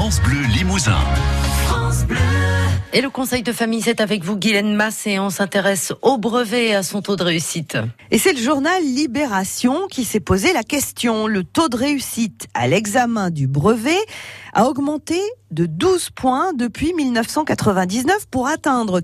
France Bleu Limousin. France Bleu. Et le conseil de famille, c'est avec vous, Guylaine Masse, et on s'intéresse au brevet et à son taux de réussite. Et c'est le journal Libération qui s'est posé la question. Le taux de réussite à l'examen du brevet a augmenté de 12 points depuis 1999 pour atteindre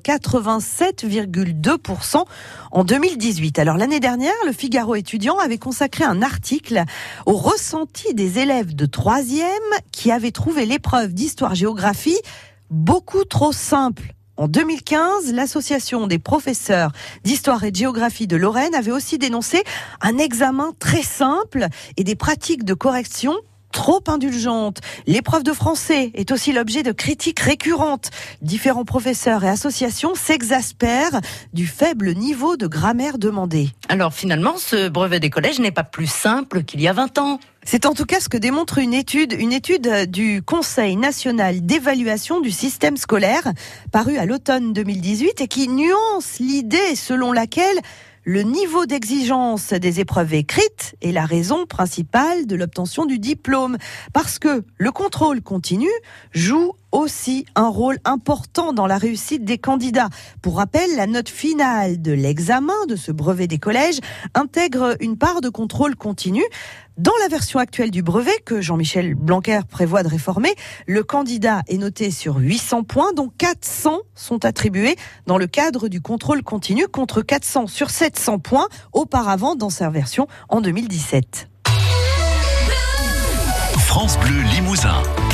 87,2% en 2018. Alors l'année dernière, le Figaro étudiant avait consacré un article au ressenti des élèves de 3e qui avaient trouvé l'épreuve d'histoire-géographie beaucoup trop simple. En 2015, l'association des professeurs d'histoire et de géographie de Lorraine avait aussi dénoncé un examen très simple et des pratiques de correction trop indulgentes. L'épreuve de français est aussi l'objet de critiques récurrentes. Différents professeurs et associations s'exaspèrent du faible niveau de grammaire demandé. Alors finalement, ce brevet des collèges n'est pas plus simple qu'il y a 20 ans. C'est en tout cas ce que démontre une étude du Conseil national d'évaluation du système scolaire, parue à l'automne 2018 et qui nuance l'idée selon laquelle le niveau d'exigence des épreuves écrites est la raison principale de l'obtention du diplôme. Parce que le contrôle continu joue aussi un rôle important dans la réussite des candidats. Pour rappel, la note finale de l'examen de ce brevet des collèges intègre une part de contrôle continu. Dans la version actuelle du brevet que Jean-Michel Blanquer prévoit de réformer, le candidat est noté sur 800 points, dont 400 sont attribués dans le cadre du contrôle continu contre 400 sur 700 points auparavant dans sa version en 2017. France Bleu Limousin.